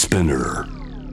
Spinner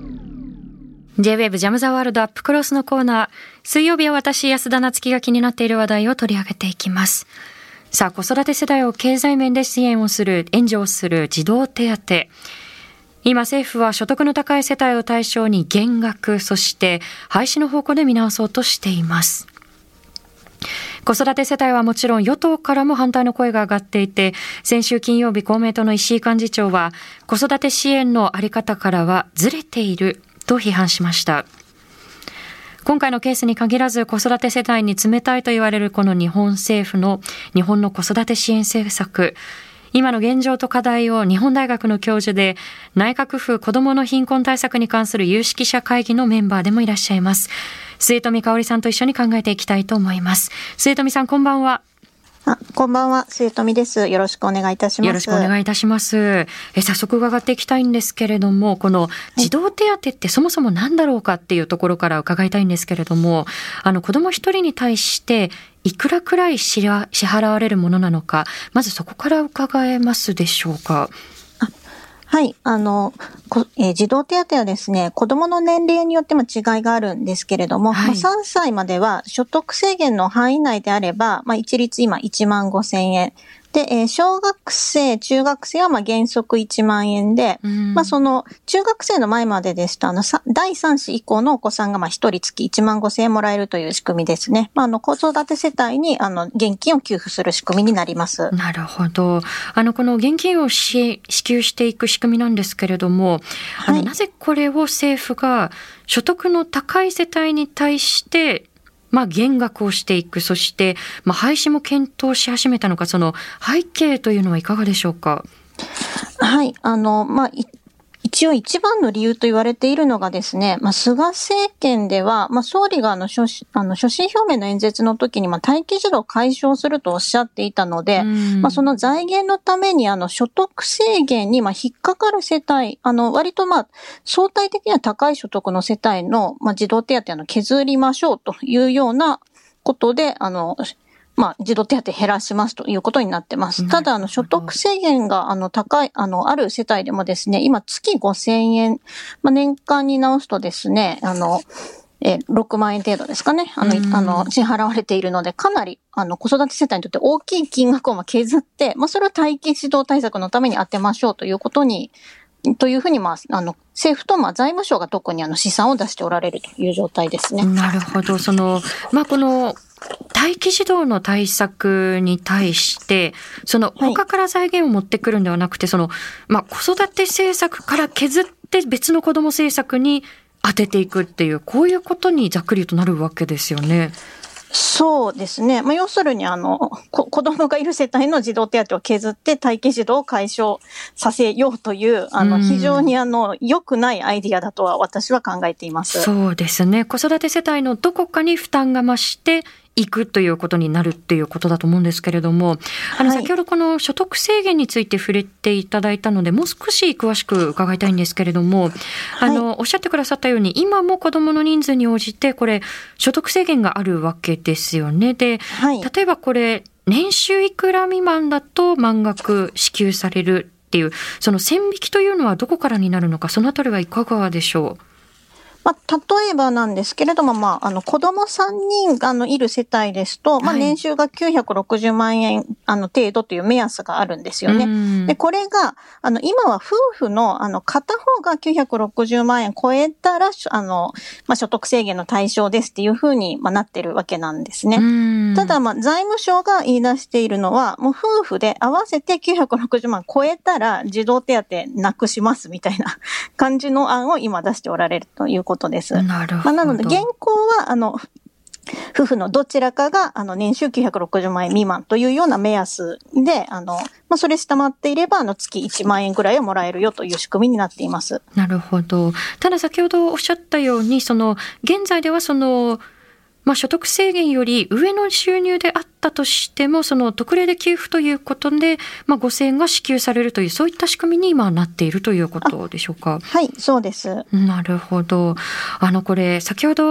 J-WAVE ジャムザワールドアップクロスのコーナー。水曜日は私安田なつきが気になっている話題を取り上げていきます。さあ、子育て世代を経済面で支援をする、援助をする児童手当。今政府は所得の高い世帯を対象に減額、そして廃止の方向で見直そうとしています。子育て世帯はもちろん与党からも反対の声が上がっていて、先週金曜日公明党の石井幹事長は子育て支援のあり方からはずれていると批判しました。今回のケースに限らず子育て世帯に冷たいと言われるこの日本政府の日本の子育て支援政策、今の現状と課題を日本大学の教授で内閣府子どもの貧困対策に関する有識者会議のメンバーでもいらっしゃいます末富香織さんと一緒に考えていきたいと思います。末富さん、こんばんは。 こんばんは、末富です。よろしくお願いいたします。 よろしくお願いいたします。早速伺っていきたいんですけれども、この児童手当ってそもそも何だろうかっていうところから伺いたいんですけれども、子ども一人に対していくらくらい支払われるものなのか、まずそこから伺えますでしょうか。 はい、児童手当はですね、子供の年齢によっても違いがあるんですけれども、はい、3歳までは所得制限の範囲内であれば、一律今15,000円。で、小学生、中学生は原則1万円で、その中学生の前までですと、第3子以降のお子さんが1人月15,000円もらえるという仕組みですね。子育て世帯に現金を給付する仕組みになります。 なるほど。この現金を支給していく仕組みなんですけれども、なぜこれを政府が所得の高い世帯に対して減額をしていく、そして、廃止も検討し始めたのか、その背景というのはいかがでしょうか。 はい、一応一番の理由と言われているのがですね、菅政権では、総理が所信表明の演説の時に待機児童を解消するとおっしゃっていたので、その財源のために所得制限に引っかかる世帯、割と相対的には高い所得の世帯の児童手当削りましょうというようなことで、児童手当減らしますということになってます。ただ、所得制限が高い、ある世帯でもですね、今月5,000円、年間に直すとですね、6万円程度ですかね、支払われているので、かなり、子育て世帯にとって大きい金額を削って、それを待機児童対策のために当てましょうということに、というふうに、政府と財務省が特に試算を出しておられるという状態ですね。 なるほど。この待機児童の対策に対して、他から財源を持ってくるんではなくて、子育て政策から削って別の子ども政策に当てていくっていう、こういうことにざっくりとなるわけですよね。 そうですね。要するに子供がいる世帯の児童手当を削って待機児童を解消させようという、非常に良くないアイディアだとは私は考えています。 そうですね。子育て世帯のどこかに負担が増していくということになるっていうことだと思うんですけれども、先ほどこの所得制限について触れていただいたので、もう少し詳しく伺いたいんですけれども、おっしゃってくださったように、今も子どもの人数に応じてこれ所得制限があるわけですよね。で、例えばこれ年収いくら未満だと満額支給されるっていう、その線引きというのはどこからになるのか、そのあたりはいかがでしょう。 例えばなんですけれども、子供3人いる世帯ですと、年収が960万円程度という目安があるんですよね。で、これが、今は夫婦の片方が960万円超えたら、所得制限の対象ですっていうふうになってるわけなんですね。ただ、財務省が言い出しているのは、もう夫婦で合わせて960万超えたら児童手当なくしますみたいな感じの案を今出しておられるということです。 なるほど。 なので、現行は、夫婦のどちらかが、年収960万円未満というような目安で、それ下回っていれば、月1万円ぐらいをもらえるよという仕組みになっています。 なるほど。ただ、先ほどおっしゃったように、現在では所得制限より上の収入であったとしても、特例で給付ということで、5,000円が支給されるという、そういった仕組みに今なっているということでしょうか。 はい、そうです。 なるほど。これ、先ほど、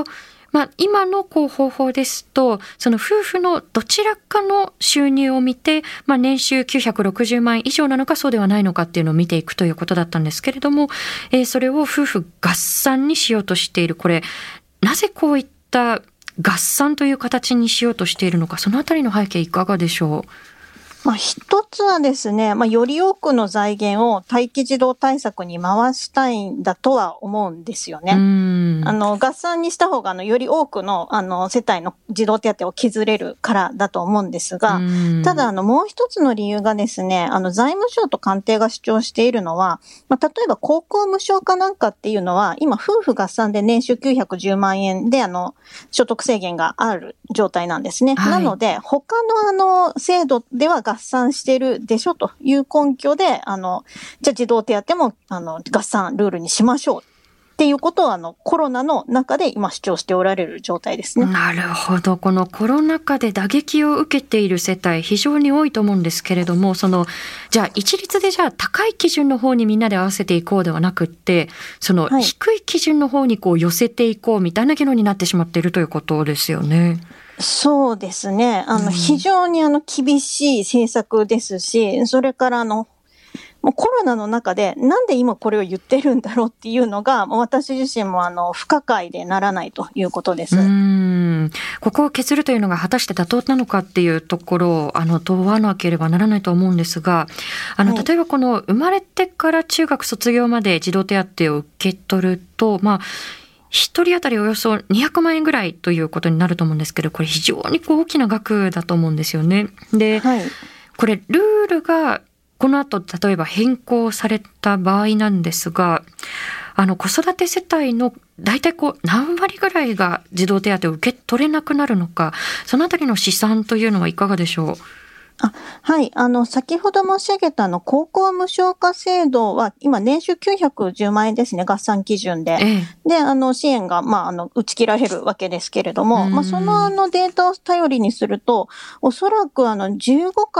今の方法ですと、その夫婦のどちらかの収入を見て、年収960万円以上なのかそうではないのかっていうのを見ていくということだったんですけれども、それを夫婦合算にしようとしている。これ、なぜこういった合算という形にしようとしているのか、そのあたりの背景いかがでしょう？ 一つはですね、より多くの財源を待機児童対策に回したいんだとは思うんですよね。合算にした方がより多くの世帯の児童手当を削れるからだと思うんですが、ただもう一つの理由がですね、財務省と官邸が主張しているのは、例えば高校無償化なんかっていうのは、今夫婦合算で年収910万円で所得制限がある状態なんですね。なので、他の制度では合算してるでしょという根拠で、じゃあ児童手当も合算ルールにしましょうっていうことをコロナの中で今主張しておられる状態ですね。 なるほど。このコロナ禍で打撃を受けている世帯非常に多いと思うんですけれども、じゃあ一律で高い基準の方にみんなで合わせていこうではなくって、低い基準の方に寄せていこうみたいな議論になってしまっているということですよね。 そうですね。非常に厳しい政策ですし、それからもうコロナの中でなんで今これを言ってるんだろうっていうのが、私自身も不可解でならないということです。 ここを削るというのが果たして妥当なのかっていうところを問わなければならないと思うんですが、例えばこの生まれてから中学卒業まで児童手当を受け取ると、一人当たりおよそ200万円ぐらいということになると思うんですけど、これ非常に大きな額だと思うんですよね。で、これルールがこの後例えば変更された場合なんですが、子育て世帯の大体何割ぐらいが児童手当を受け取れなくなるのか、そのあたりの試算というのはいかがでしょう？ はい。先ほど申し上げた高校無償化制度は、今年収910万円ですね、合算基準で。で、支援が、打ち切られるわけですけれども、そのデータを頼りにすると、おそらく15から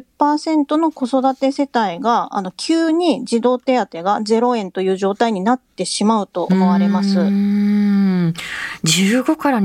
20% の子育て世帯が、急に児童手当が0円という状態になってしまうと思われます。 15から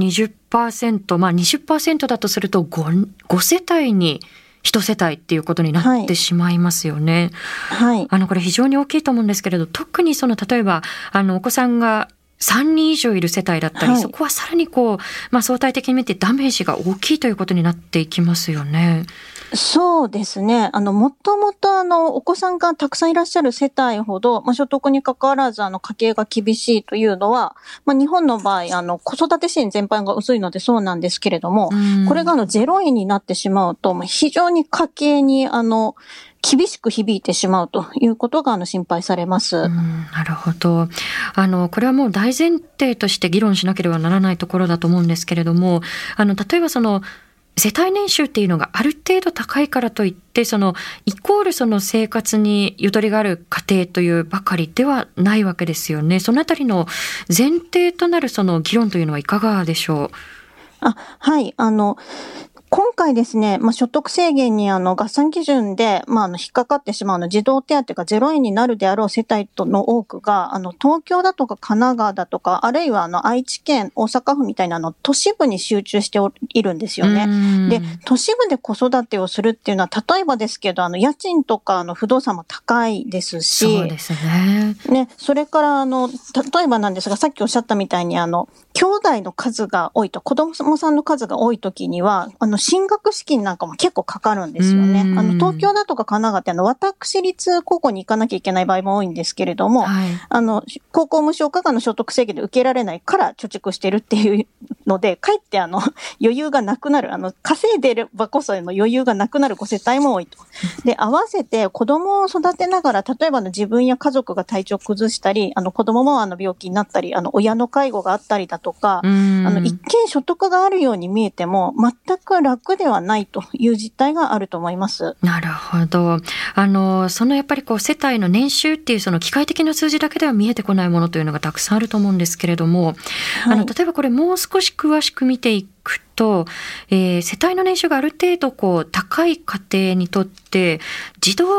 20%、20% だとすると5世帯に1世帯っていうことになってしまいますよね。これ非常に大きいと思うんですけれど、特に例えばお子さんが3人以上いる世帯だったり、そこはさらに相対的に見てダメージが大きいということになっていきますよね。 そうですね。もともとお子さんがたくさんいらっしゃる世帯ほど、所得に関わらず家計が厳しいというのは、日本の場合、子育て支援全般が薄いのでそうなんですけれども、これが0円になってしまうと、非常に家計に厳しく響いてしまうということが心配されます。 なるほど。これはもう大前提として議論しなければならないところだと思うんですけれども、例えば世帯年収っていうのがある程度高いからといって、イコール生活にゆとりがある家庭というばかりではないわけですよね。そのあたりの前提となる議論というのはいかがでしょう？ はい。今回ですね、所得制限に合算基準で、引っかかってしまう児童手当が0円になるであろう世帯の多くが、東京だとか神奈川だとか、あるいは愛知県、大阪府みたいな都市部に集中しているんですよね。で、都市部で子育てをするっていうのは、例えばですけど、家賃とか不動産も高いですし、 そうですね。 それから、例えばなんですが、さっきおっしゃったみたいに、兄弟の数が多いと、子供さんの数が多いときには、進学資金なんかも結構かかるんですよね。東京だとか神奈川って私立高校に行かなきゃいけない場合も多いんですけれども、高校無償化が所得制限で受けられないから貯蓄してるっていうので、かえって余裕がなくなる、稼いでればこその余裕がなくなるご世帯も多いと。で、合わせて子供を育てながら、例えば自分や家族が体調崩したり、子供も病気になったり、親の介護があったりだとか、一見所得があるように見えても、全く楽ではないという実態があると思います。 なるほど。やっぱり世帯の年収っていう機械的な数字だけでは見えてこないものというのがたくさんあると思うんですけれども、例えばこれもう少し詳しく見ていくと、世帯の年収がある程度高い家庭にとって児童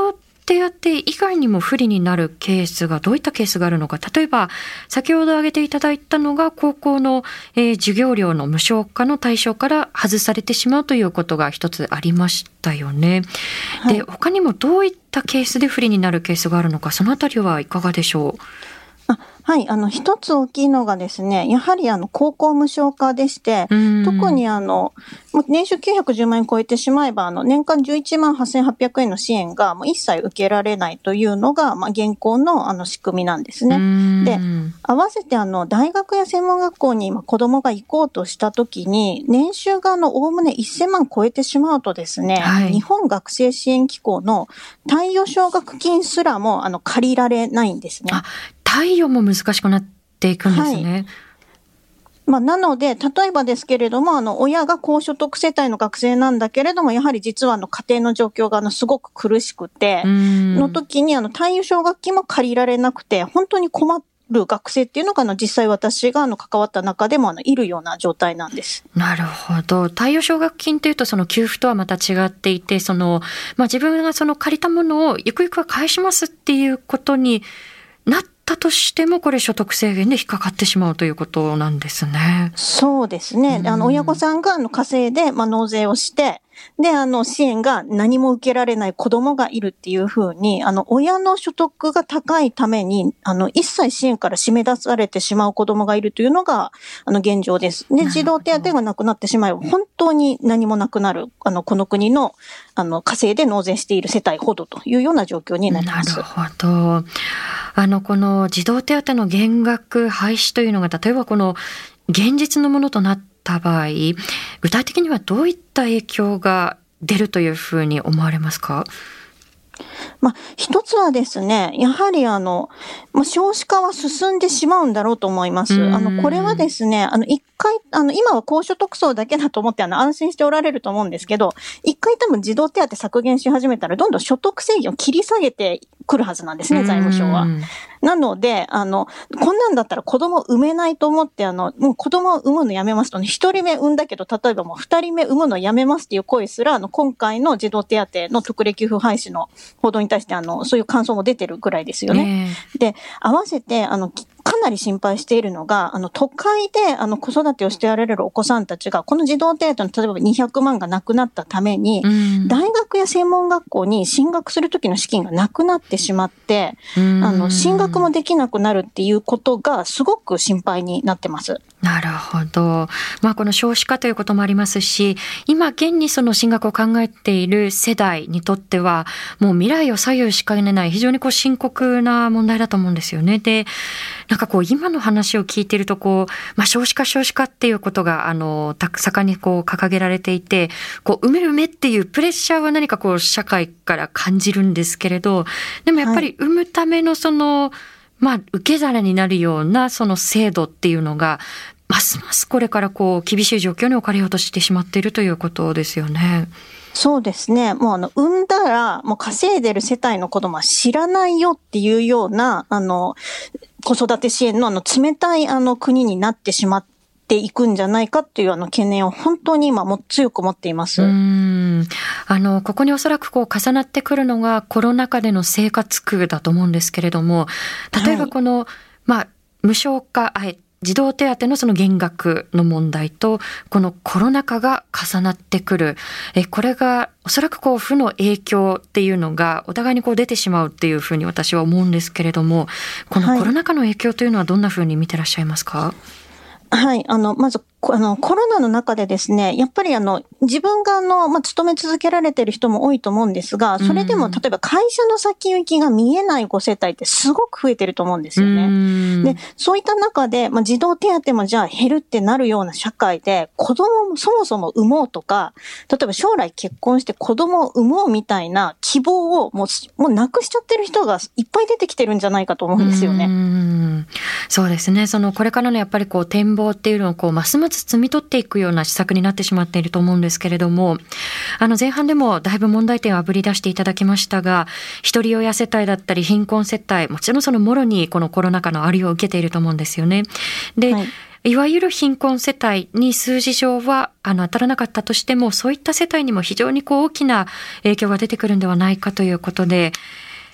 手当以外にも不利になるケースがどういったケースがあるのか。例えば先ほど挙げていただいたのが高校の、授業料の無償化の対象から外されてしまうということが一つありましたよね。 はい、 で、他にもどういったケースで不利になるケースがあるのか、そのあたりはいかがでしょう。 はい、一つ大きいのがですね、やはり高校無償化でして、特に年収910万円超えてしまえば、年間11万8800円の支援がもう一切受けられないというのが、現行の仕組みなんですね。で、合わせて大学や専門学校に子供が行こうとしたときに、年収がおおむね1000万超えてしまうとですね、 はい、 日本学生支援機構の貸与奨学金すらも借りられないんですね。 貸与も難しくなっていくんですね。 はい、なので、例えばですけれども、親が高所得世帯の学生なんだけれども、やはり実は家庭の状況がすごく苦しくて、の時に貸与奨学金も借りられなくて、本当に困る学生っていうのが実際私が関わった中でもいるような状態なんです。 なるほど。貸与奨学金というとその給付とはまた違っていて、自分が借りたものをゆくゆくは返しますっていうことになったとしても、これ所得制限で引っかかってしまうということなんですね。 そうですね。親御さんが稼いで、納税をして、で、支援が何も受けられない子供がいるっていうふうに、親の所得が高いために、一切支援から締め出されてしまう子供がいるというのが、現状です。で、児童手当がなくなってしまえば、本当に何もなくなる、この国の、稼いで納税している世帯ほどというような状況になります。 なるほど。この児童手当の減額廃止というのが、例えばこの現実のものとなった場合、具体的にはどういった影響が出るというふうに思われますか？ 一つはですね、やはり少子化は進んでしまうんだろうと思います。これはですね、一回、今は高所得層だけだと思って安心しておられると思うんですけど、一回多分児童手当削減し始めたら、どんどん所得制限を切り下げてくるはずなんですね、財務省は。なので、こんなんだったら子供産めないと思って、もう子供を産むのやめますとね、一人目産んだけど、例えばもう二人目産むのやめますっていう声すら、今回の児童手当の特例給付廃止の報道に対して、そういう感想も出てるぐらいですよね。で、合わせて、かなり心配しているのが、都会で、子育てをしておられるお子さんたちが、この児童手当の例えば200万がなくなったために、大学や専門学校に進学するときの資金がなくなってしまって、進学もできなくなるっていうことが、すごく心配になってます。 なるほど。この少子化ということもありますし、今現にその進学を考えている世代にとっては、もう未来を左右しかねない非常に深刻な問題だと思うんですよね。で、今の話を聞いていると少子化っていうことが盛んに掲げられていて、埋めっていうプレッシャーは何か社会から感じるんですけれど、でもやっぱり産むための受け皿になるようなその制度っていうのがますますこれから厳しい状況に置かれようとしてしまっているということですよね。 そうですね。もう産んだらもう稼いでる世帯の子供は知らないよっていうような子育て支援の冷たい国になってしまっていくんじゃないかっていう懸念を本当に今も強く持っています。 ここにおそらく重なってくるのがコロナ禍での生活苦だと思うんですけれども、例えば無償化、児童手当のその減額の問題とこのコロナ禍が重なってくる、これがおそらく負の影響っていうのがお互いに出てしまうっていうふうに私は思うんですけれども、このコロナ禍の影響というのはどんなふうに見てらっしゃいますか？ はい。まず、コロナの中でですね、やっぱり自分が勤め続けられている人も多いと思うんですが、それでも例えば会社の先行きが見えないご世帯ってすごく増えてると思うんですよね。で、そういった中で、児童手当もじゃあ減るってなるような社会で、子供もそもそも産もうとか、例えば将来結婚して子供を産もうみたいな希望をもうなくしちゃってる人がいっぱい出てきてるんじゃないかと思うんですよね。 そうですね。これからのやっぱり展望っていうのをますます摘み取っていくような施策になってしまっていると思うんですけれども、前半でもだいぶ問題点をあぶり出していただきましたが、一人親世帯だったり貧困世帯、もちろんもろにこのコロナ禍のありを受けていると思うんですよね。で、いわゆる貧困世帯に数字上は当たらなかったとしても、そういった世帯にも非常に大きな影響が出てくるんではないかということで、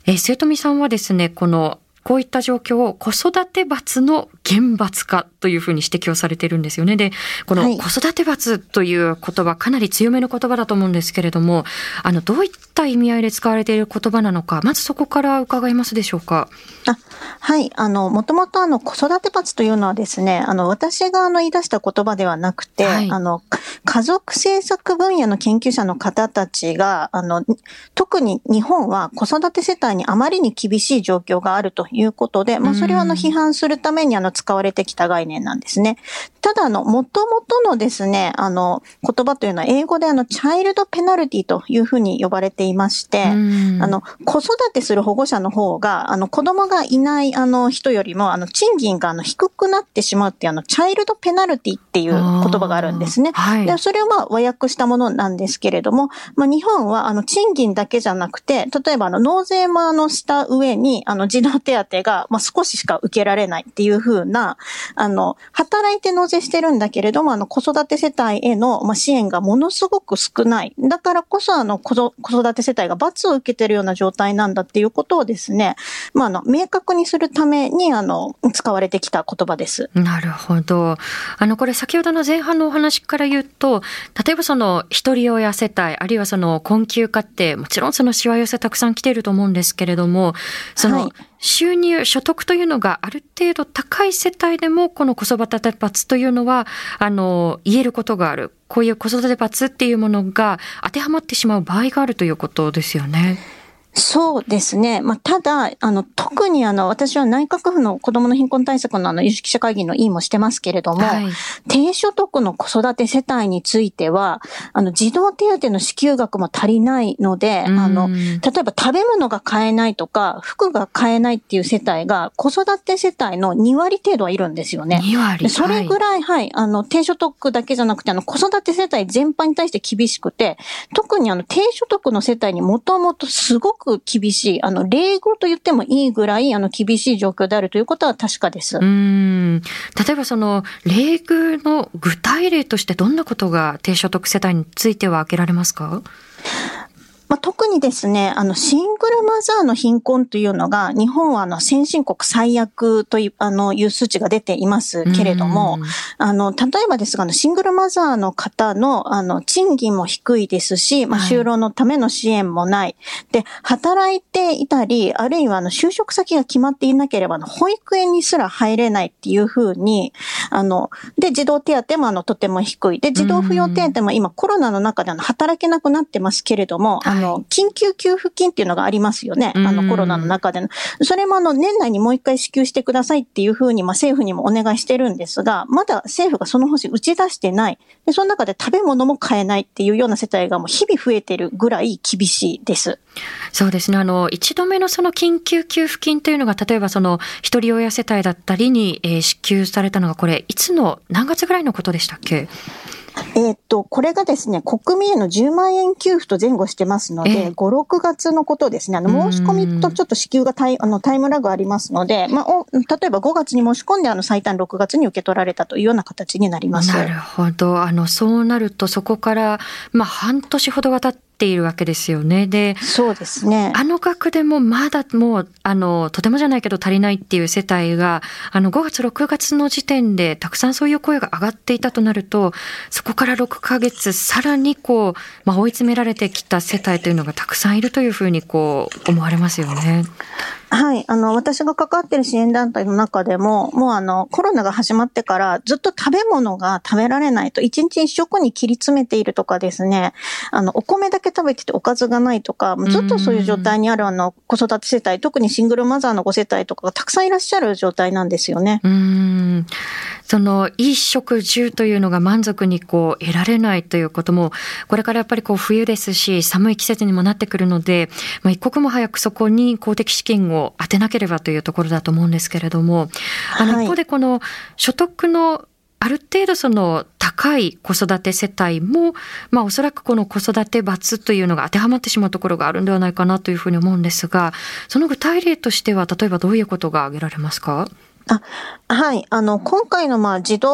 末富さんはですね、こういった状況を子育て罰の厳罰化というふうに指摘をされているんですよね。で、この子育て罰という言葉、かなり強めの言葉だと思うんですけれども、どういった意味合いで使われている言葉なのか、まずそこから伺えますでしょうか。 はい。もともと子育て罰というのはですね、私が言い出した言葉ではなくて、 はい、 家族政策分野の研究者の方たちが、特に日本は子育て世帯にあまりに厳しい状況があるということで、それを批判するために使われてきた概念なんですね。ただ、もともとのですね、言葉というのは英語でチャイルドペナルティというふうに呼ばれていまして、子育てする保護者の方が、子供がいない人よりも、賃金が低くなってしまうっていうチャイルドペナルティっていう言葉があるんですね。 はい、 でそれを和訳したものなんですけれども、日本は賃金だけじゃなくて、例えば納税もした上に、児童手当が、少ししか受けられないっていう風な、働いて納税してるんだけれども、子育て世帯への、支援がものすごく少ない。だからこそ、子育て世帯が罰を受けてるような状態なんだっていうことをですね、明確にするために、使われてきた言葉です。 なるほど。これ先ほどの前半のお話から言うと、例えば一人親世帯、あるいは困窮家って、もちろんしわ寄せたくさん来ていると思うんですけれども、収入、所得というのがある程度高い世帯でも、この子育て罰というのは、言えることがある。こういう子育て罰っていうものが当てはまってしまう場合があるということですよね。 そうですね。ただ、特に私は内閣府の子どもの貧困対策の有識者会議の委員もしてますけれども、はい、低所得の子育て世帯については、児童手当の支給額も足りないので、例えば食べ物が買えないとか、服が買えないっていう世帯が、子育て世帯の2割程度はいるんですよね。 2割。 それぐらい、はい、低所得だけじゃなくて、子育て世帯全般に対して厳しくて、特に低所得の世帯にもともとすごく厳しい、冷遇と言ってもいいぐらい、厳しい状況であるということは確かです。 例えば冷遇の具体例としてどんなことが低所得世帯については挙げられますか？ 特にですね、シングルマザーの貧困というのが、日本は先進国最悪という、数値が出ていますけれども、例えばですが、シングルマザーの方の、賃金も低いですし、就労のための支援もない。で、働いていたり、あるいは就職先が決まっていなければ、保育園にすら入れないっていうふうに、で、児童手当もとても低い。で、児童扶養手当も今コロナの中で働けなくなってますけれども、緊急給付金っていうのがありますよね。コロナの中での。それも年内にもう一回支給してくださいっていうふうに、政府にもお願いしてるんですが、まだ政府がその方針打ち出してない。で、その中で食べ物も買えないっていうような世帯がもう日々増えてるぐらい厳しいです。 そうですね。一度目の緊急給付金というのが、例えば一人親世帯だったりに、支給されたのが、これ、何月ぐらいのことでしたっけ？ これがですね、国民への10万円給付と前後してますので、5、6月のことですね。申し込みとちょっと支給がタイムラグありますので、例えば5月に申し込んで、最短6月に受け取られたというような形になります。 なるほど。そうなると、そこから、半年ほどが経っているわけですよね。で、 そうですね。 額でもまだもう、とてもじゃないけど足りないっていう世帯が、5月、6月の時点でたくさんそういう声が上がっていたとなると、そこから6ヶ月、さらに追い詰められてきた世帯というのがたくさんいるというふうに思われますよね。 はい。私が関わっている支援団体の中でも、もうコロナが始まってからずっと食べ物が食べられないと、一日一食に切り詰めているとかですね、お米だけ食べてておかずがないとか、ずっとそういう状態にある子育て世帯、特にシングルマザーのご世帯とかがたくさんいらっしゃる状態なんですよね。 衣食住というのが満足に得られないということも、これからやっぱり冬ですし、寒い季節にもなってくるので、一刻も早くそこに公的資金を当てなければというところだと思うんですけれども、一方でこの所得のある程度高い子育て世帯も、おそらくこの子育て罰というのが当てはまってしまうところがあるんではないかなというふうに思うんですが、その具体例としては例えばどういうことが挙げられますか？ はい。今回の児童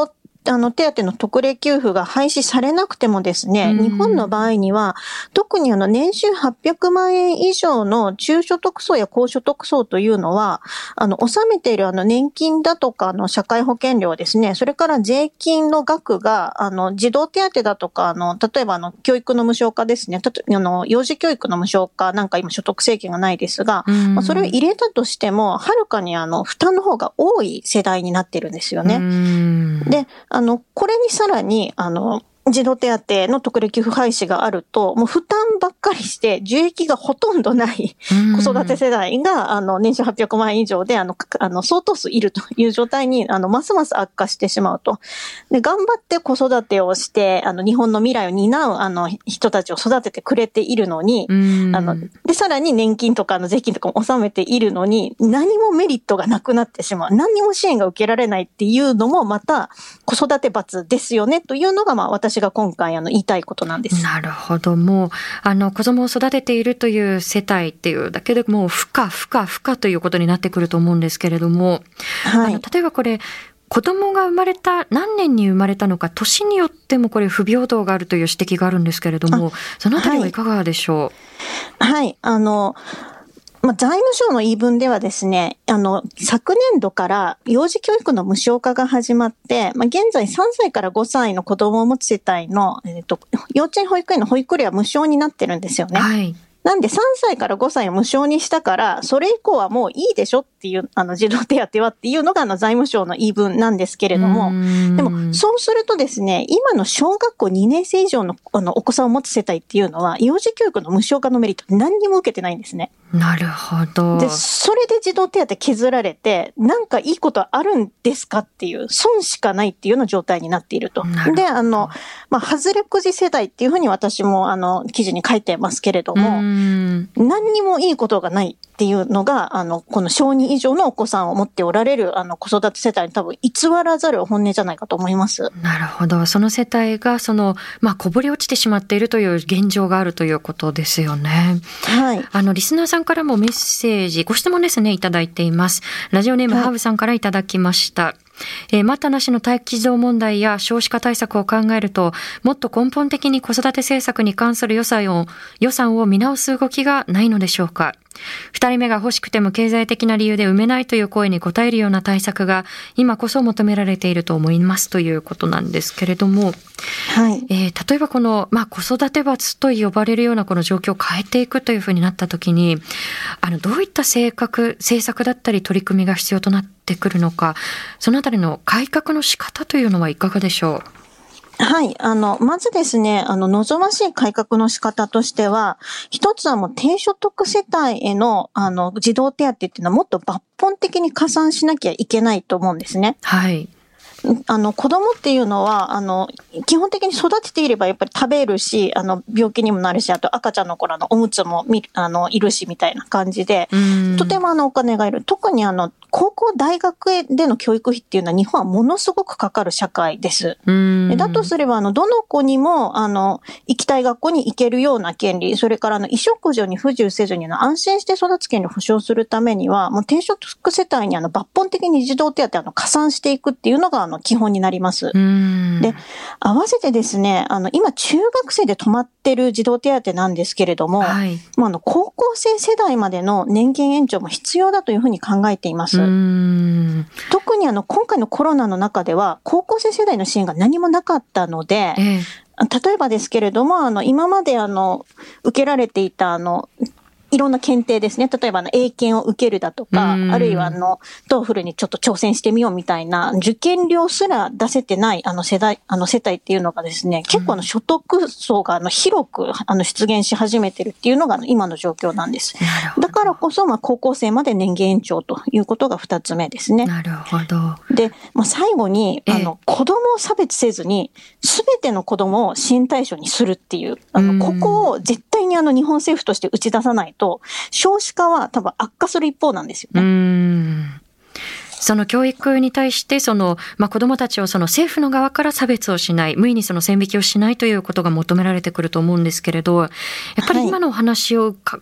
手当の特例給付が廃止されなくてもですね、日本の場合には、特に年収800万円以上の中所得層や高所得層というのは、納めている年金だとか社会保険料ですね、それから税金の額が、児童手当だとか、例えば教育の無償化ですね、幼児教育の無償化なんか今所得制限がないですが、それを入れたとしても、はるかに負担の方が多い世代になってるんですよね。で、これにさらに、児童手当の特例給付廃止があると、もう負担ばっかりして、受益がほとんどない子育て世代が、年収800万円以上で、相当数いるという状態に、ますます悪化してしまうと。で、頑張って子育てをして、日本の未来を担う、人たちを育ててくれているのに、で、さらに年金とか税金とかも納めているのに、何もメリットがなくなってしまう。何にも支援が受けられないっていうのも、また、子育て罰ですよね、というのが、私が今回言いたいことなんです。 なるほど。もう子供を育てているという世帯っていうだけでもう負荷ということになってくると思うんですけれども、はい、例えばこれ子供が生まれた何年に生まれたのか年によってもこれ不平等があるという指摘があるんですけれども、そのあたりはいかがでしょう？ はい、財務省の言い分ではですね、昨年度から幼児教育の無償化が始まって、現在3歳から5歳の子供を持つ世帯の、幼稚園保育園の保育料は無償になってるんですよね。はい。なんで3歳から5歳を無償にしたから、それ以降はもういいでしょっていう、児童手当はっていうのが財務省の言い分なんですけれども、でもそうするとですね、今の小学校2年生以上のお子さんを持つ世帯っていうのは、幼児教育の無償化のメリット何にも受けてないんですね。 なるほど。 で、それで児童手当削られて、なんかいいことあるんですかっていう、損しかないっていうような状態になっていると。で、外れくじ世代っていうふうに私も記事に書いてますけれども、何にもいいことがないっていうのが、この小児以上のお子さんを持っておられる、子育て世帯に多分偽らざる本音じゃないかと思います。 なるほど。その世帯が、こぼれ落ちてしまっているという現状があるということですよね。はい。リスナーさんからもメッセージ、ご質問ですね、いただいています。ラジオネームハーブさんからいただきました。待ったなしの待機児童問題や少子化対策を考えると、もっと根本的に子育て政策に関する予算を見直す動きがないのでしょうか。2人目が欲しくても経済的な理由で産めないという声に応えるような対策が今こそ求められていると思いますということなんですけれども、はい。例えばこの、子育て罰と呼ばれるようなこの状況を変えていくというふうになったときに、どういった政策だったり取り組みが必要となってくるのか、そのあたりの改革の仕方というのはいかがでしょう？ はい。まずですね、望ましい改革の仕方としては、一つはもう低所得世帯への、児童手当っていうのはもっと抜本的に加算しなきゃいけないと思うんですね。はい。子供っていうのは、基本的に育てていればやっぱり食べるし、病気にもなるし、あと赤ちゃんの頃おむつもいるしみたいな感じで、とてもお金がいる。特に高校大学での教育費っていうのは日本はものすごくかかる社会です。だとすれば、どの子にも、行きたい学校に行けるような権利、それから衣食住に不自由せずに安心して育つ権利を保障するためには、もう低所得世帯に抜本的に児童手当加算していくっていうのが基本になります。で、合わせてですね、今中学生で止まってる児童手当なんですけれども、はい、高校生世代までの年金延長も必要だというふうに考えています。特に今回のコロナの中では高校生世代の支援が何もなかったので、例えばですけれども、今まで受けられていたいろんな検定ですね。例えば英検を受けるだとか、あるいはトーフルにちょっと挑戦してみようみたいな、受験料すら出せてない世帯っていうのがですね、結構所得層が広く出現し始めてるっていうのが今の状況なんです。だからこそ高校生まで年金延長ということが2つ目ですね。 なるほど。 で、最後に子供を差別せずに全ての子供を支援対象にするっていう、ここを絶対に日本政府として打ち出さないと少子化は多分悪化する一方なんですよね。 その教育に対して子どもたちを政府の側から差別をしない、無意に線引きをしないということが求められてくると思うんですけれど、やっぱり今のお話を伺っ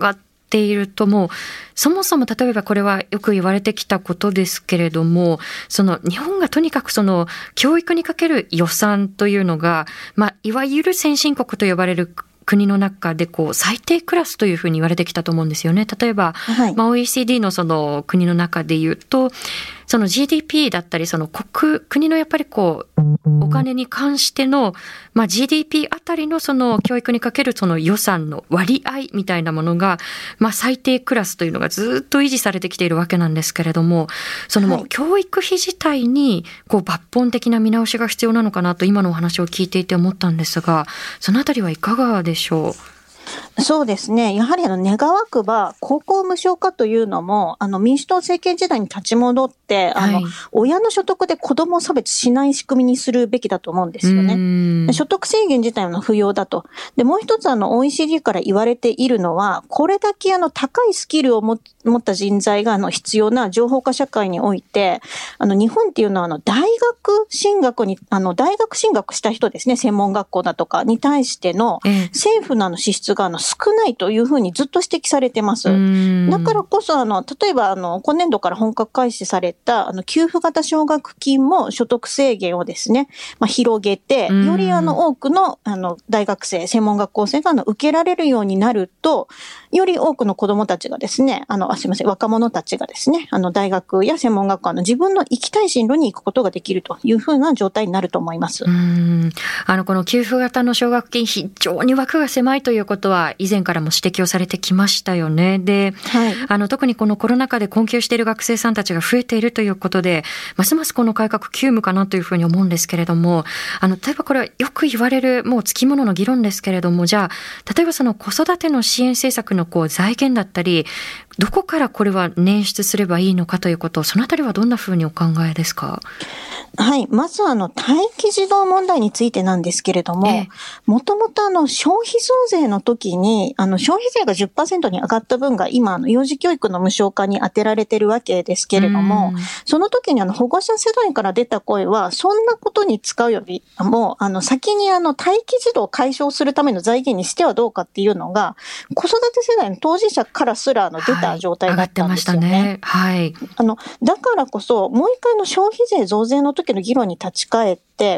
っていると、もうそもそも例えばこれはよく言われてきたことですけれども、その日本がとにかくその教育にかける予算というのが、いわゆる先進国と呼ばれる国の中で最低クラスというふうに言われてきたと思うんですよね。例えば、OECD のその国の中で言うと、その GDP だったり、その国のやっぱりお金に関しての、GDP あたりのその教育にかけるその予算の割合みたいなものが、最低クラスというのがずっと維持されてきているわけなんですけれども、そのもう教育費自体に抜本的な見直しが必要なのかなと今のお話を聞いていて思ったんですが、そのあたりはいかがでしょう？ そうですね。やはり願わくば、高校無償化というのも、民主党政権時代に立ち戻って、親の所得で子供を差別しない仕組みにするべきだと思うんですよね。所得制限自体は不要だと。で、もう一つOECD から言われているのは、これだけ高いスキルを持った人材が必要な情報化社会において、日本っていうのは大学進学した人ですね、専門学校だとかに対しての政府の支出が少ないというふうにずっと指摘されてます。だからこそ例えば今年度から本格開始された給付型奨学金も所得制限をですね、広げて、より多くの大学生、専門学校生が受けられるようになると、より多くの子どもたちがですね、若者たちがですね、大学や専門学校自分の行きたい進路に行くことができるというふうな状態になると思います。 この給付型の奨学金、非常に枠が狭いということは以前からも指摘をされてきましたよね。で、特にこのコロナ禍で困窮している学生さんたちが増えているということで、ますますこの改革急務かなというふうに思うんですけれども、例えばこれはよく言われるもうつきものの議論ですけれども、じゃあ例えばその子育ての支援政策の財源だったり、どこからこれは捻出すればいいのかということ、そのあたりはどんなふうにお考えですか？ はい。まず待機児童問題についてなんですけれども、もともと消費増税の時に、消費税が 10% に上がった分が今、幼児教育の無償化に充てられているわけですけれども、その時に保護者世代から出た声は、そんなことに使うよりも、先に待機児童を解消するための財源にしてはどうかっていうのが、子育て世代の当事者からすら出た状態だったんですよね。だからこそ、もう一回の消費税増税の時の議論に立ち返って、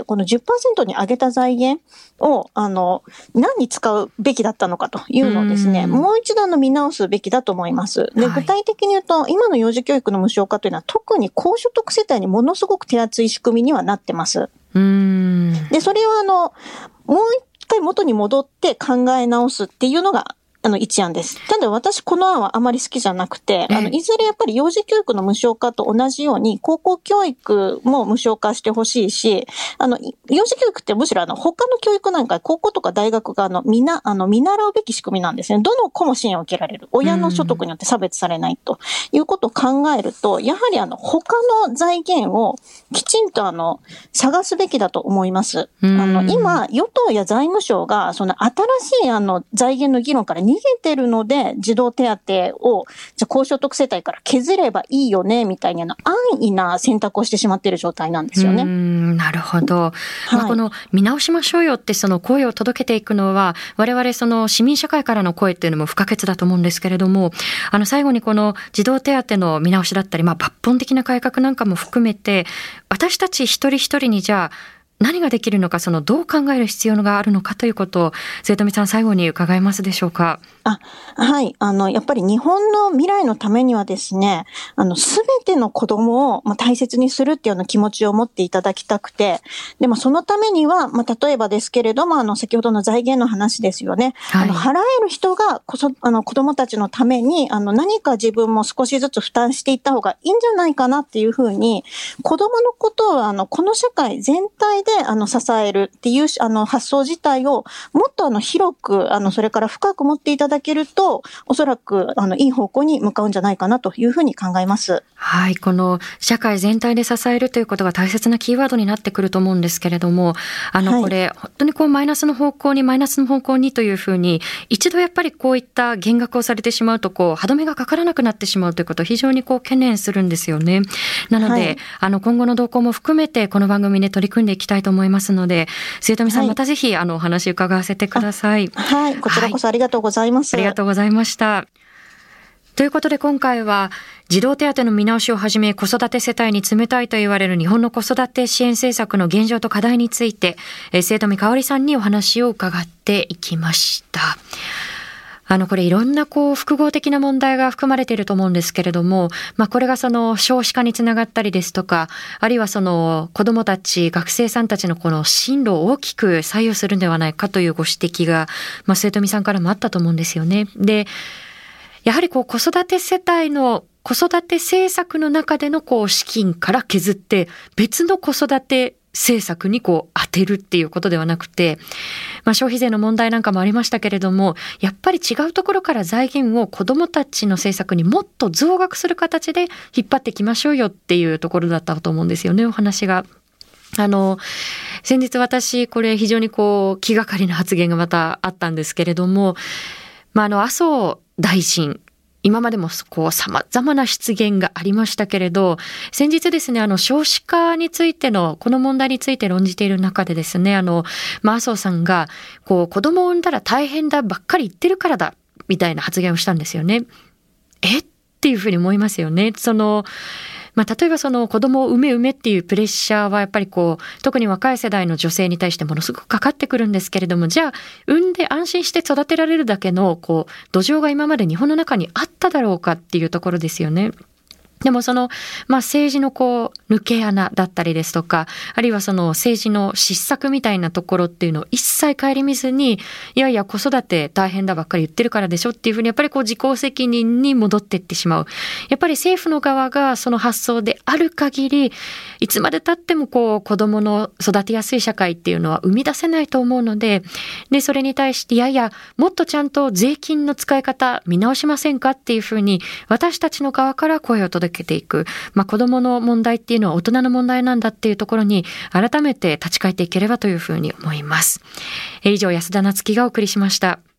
この 10% に上げた財源を、何に使うべきだったのかというのをですね、もう一度見直すべきだと思います。で、具体的に言うと、今の幼児教育の無償化というのは特に高所得世帯にものすごく手厚い仕組みにはなってます。で、それをもう一回元に戻って考え直すっていうのが、一案です。ただ私この案はあまり好きじゃなくて、いずれやっぱり幼児教育の無償化と同じように、高校教育も無償化してほしいし、幼児教育ってむしろ他の教育なんか高校とか大学が見習うべき仕組みなんですね。どの子も支援を受けられる。親の所得によって差別されないということを考えると、やはり他の財源をきちんと探すべきだと思います。今、与党や財務省がその新しい財源の議論から逃げてるので、児童手当を、じゃ高所得世帯から削ればいいよね、みたいな安易な選択をしてしまっている状態なんですよね。 なるほど。この見直しましょうよってその声を届けていくのは、我々その市民社会からの声っていうのも不可欠だと思うんですけれども、最後にこの児童手当の見直しだったり、抜本的な改革なんかも含めて、私たち一人一人にじゃあ、何ができるのか、どう考える必要があるのかということを、末富さん、最後に伺えますでしょうか。 はい。やっぱり日本の未来のためにはですね、すべての子供を大切にするっていうような気持ちを持っていただきたくて、でもそのためには、例えばですけれども、先ほどの財源の話ですよね。払える人が子供たちのために、何か自分も少しずつ負担していった方がいいんじゃないかなっていうふうに、子供のことを、この社会全体で支えるっていう発想自体をもっと広くそれから深く持っていただけると、おそらくいい方向に向かうんじゃないかなというふうに考えます。 はい、この社会全体で支えるということが大切なキーワードになってくると思うんですけれども、これ本当にマイナスの方向にというふうに一度やっぱりこういった減額をされてしまうと歯止めがかからなくなってしまうということを非常に懸念するんですよね。なので、今後の動向も含めてこの番組で取り組んでいきたいと思いますので、末富さん、またぜひお話伺わせてください。 はい、こちらこそありがとうございます。 ありがとうございました。 ということで今回は児童手当の見直しをはじめ子育て世帯に冷たいと言われる日本の子育て支援政策の現状と課題について末冨香織さんにお話を伺っていきました。これいろんな複合的な問題が含まれていると思うんですけれども、これがその少子化につながったりですとか、あるいはその子どもたち学生さんたちのこの進路を大きく左右するんではないかというご指摘が、末冨さんからもあったと思うんですよね。でやはり子育て世帯の子育て政策の中での資金から削って別の子育て政策に当てるっていうことではなくて、消費税の問題なんかもありましたけれども、やっぱり違うところから財源を子どもたちの政策にもっと増額する形で引っ張っていきましょうよっていうところだったと思うんですよね、お話が。先日私これ非常に気がかりな発言がまたあったんですけれども、麻生大臣今までも様々な失言がありましたけれど、先日ですね、少子化についてのこの問題について論じている中でですね、麻生さんが子供を産んだら大変だばっかり言ってるからだみたいな発言をしたんですよね。っていうふうに思いますよね。例えば子供を産めっていうプレッシャーはやっぱり特に若い世代の女性に対してものすごくかかってくるんですけれども、じゃあ産んで安心して育てられるだけの土壌が今まで日本の中にあっただろうかっていうところですよね。でも政治の抜け穴だったりですとか、あるいは政治の失策みたいなところっていうのを一切顧みずに、いやいや子育て大変だばっかり言ってるからでしょっていうふうにやっぱり自己責任に戻っていってしまう。やっぱり政府の側がその発想である限り、いつまで経っても子供の育てやすい社会っていうのは生み出せないと思うので、それに対していやいやもっとちゃんと税金の使い方見直しませんかっていうふうに私たちの側から声を届けていく。子どもの問題っていうのは大人の問題なんだっていうところに改めて立ち返っていければというふうに思います。以上、安田なつきがお送りしました。